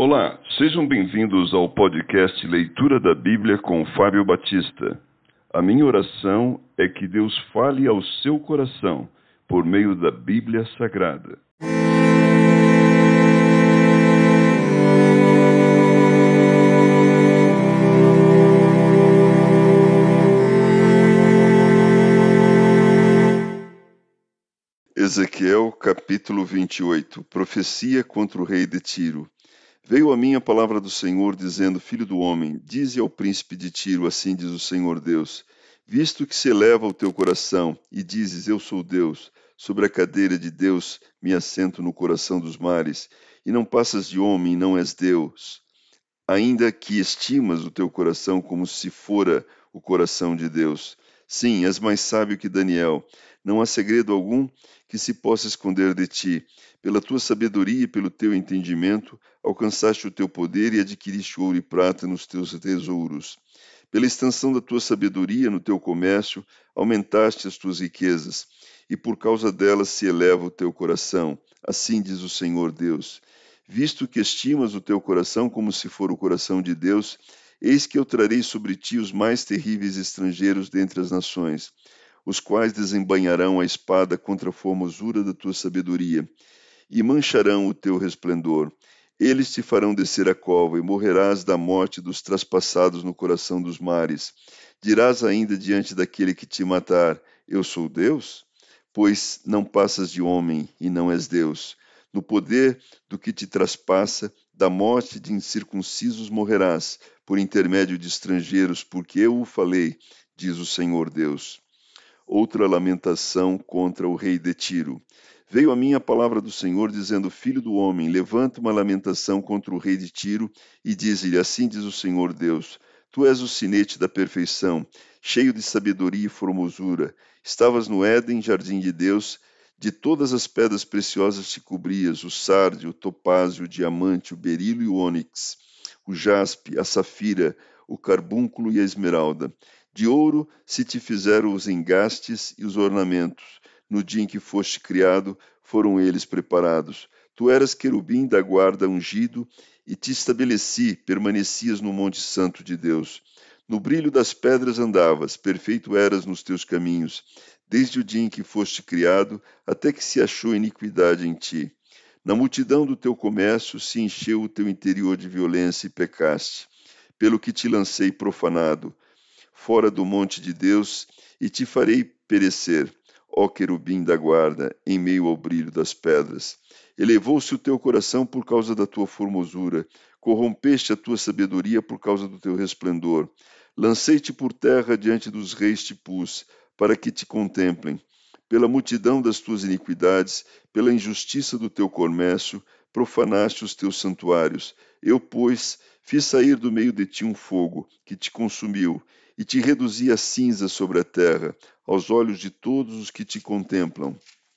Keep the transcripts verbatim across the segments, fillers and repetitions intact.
Olá, sejam bem-vindos ao podcast Leitura da Bíblia com Fábio Batista. A minha oração é que Deus fale ao seu coração por meio da Bíblia Sagrada. Ezequiel capítulo vinte e oito. Profecia contra o rei de Tiro. Veio a mim a palavra do Senhor, dizendo: Filho do homem, dize ao príncipe de Tiro, assim diz o Senhor Deus: visto que se eleva o teu coração, e dizes: eu sou Deus, sobre a cadeira de Deus me assento no coração dos mares, e não passas de homem, e não és Deus, ainda que estimas o teu coração como se fora o coração de Deus. Sim, és mais sábio que Daniel. Não há segredo algum que se possa esconder de ti. Pela tua sabedoria e pelo teu entendimento, alcançaste o teu poder e adquiriste ouro e prata nos teus tesouros. Pela extensão da tua sabedoria no teu comércio, aumentaste as tuas riquezas, e por causa delas se eleva o teu coração. Assim diz o Senhor Deus. Visto que estimas o teu coração como se for o coração de Deus, eis que eu trarei sobre ti os mais terríveis estrangeiros dentre as nações, os quais desembainharão a espada contra a formosura da tua sabedoria, e mancharão o teu resplendor. Eles te farão descer a cova, e morrerás da morte dos traspassados no coração dos mares. Dirás ainda diante daquele que te matar: eu sou Deus? Pois não passas de homem, e não és Deus. No poder do que te traspassa, da morte de incircuncisos morrerás, por intermédio de estrangeiros, porque eu o falei, diz o Senhor Deus. Outra lamentação contra o rei de Tiro. Veio a mim a palavra do Senhor, dizendo: Filho do homem, levanta uma lamentação contra o rei de Tiro, e diz-lhe: assim diz o Senhor Deus: tu és o sinete da perfeição, cheio de sabedoria e formosura. Estavas no Éden, jardim de Deus. De todas as pedras preciosas te cobrias: o sárdio, o topázio, o diamante, o berilo e o ônix, o jaspe, a safira, o carbúnculo e a esmeralda. De ouro se te fizeram os engastes e os ornamentos. No dia em que foste criado, foram eles preparados. Tu eras querubim da guarda ungido, e te estabeleci, permanecias no monte santo de Deus. No brilho das pedras andavas, perfeito eras nos teus caminhos, desde o dia em que foste criado, até que se achou iniquidade em ti. Na multidão do teu comércio se encheu o teu interior de violência e pecaste, pelo que te lancei profanado, fora do monte de Deus, e te farei perecer, ó querubim da guarda, em meio ao brilho das pedras. Elevou-se o teu coração por causa da tua formosura, corrompeste a tua sabedoria por causa do teu resplendor. Lancei-te por terra, diante dos reis te pus, para que te contemplem. Pela multidão das tuas iniquidades, pela injustiça do teu comércio, profanaste os teus santuários. Eu, pois, fiz sair do meio de ti um fogo, que te consumiu, e te reduzi a cinza sobre a terra, aos olhos de todos os que te contemplam.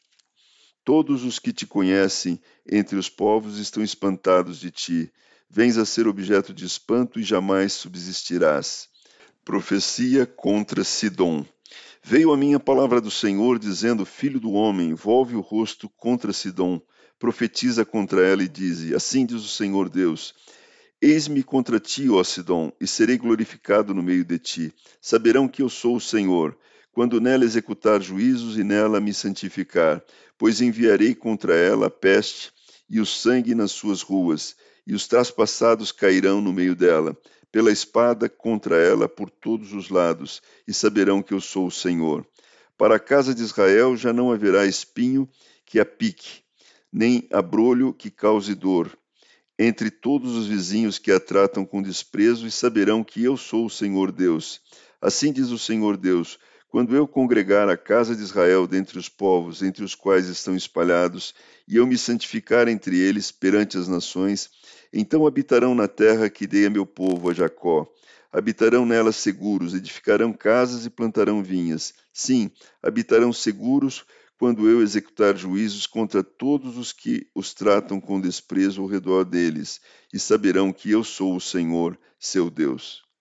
Todos os que te conhecem entre os povos estão espantados de ti. Vens a ser objeto de espanto e jamais subsistirás. Profecia contra Sidom. Veio a mim a palavra do Senhor, dizendo: Filho do homem, volve o rosto contra Sidom, profetiza contra ela e dize: assim diz o Senhor Deus: eis-me contra ti, ó Sidom, e serei glorificado no meio de ti. Saberão que eu sou o Senhor, quando nela executar juízos e nela me santificar, pois enviarei contra ela a peste e o sangue nas suas ruas, e os traspassados cairão no meio dela, pela espada contra ela por todos os lados, e saberão que eu sou o Senhor. Para a casa de Israel já não haverá espinho que a pique, nem abrolho que cause dor, entre todos os vizinhos que a tratam com desprezo, e saberão que eu sou o Senhor Deus. Assim diz o Senhor Deus: quando eu congregar a casa de Israel dentre os povos, entre os quais estão espalhados, e eu me santificar entre eles perante as nações, então habitarão na terra que dei a meu povo, a Jacó. Habitarão nela seguros, edificarão casas e plantarão vinhas. Sim, habitarão seguros, quando eu executar juízos contra todos os que os tratam com desprezo ao redor deles, e saberão que eu sou o Senhor, seu Deus.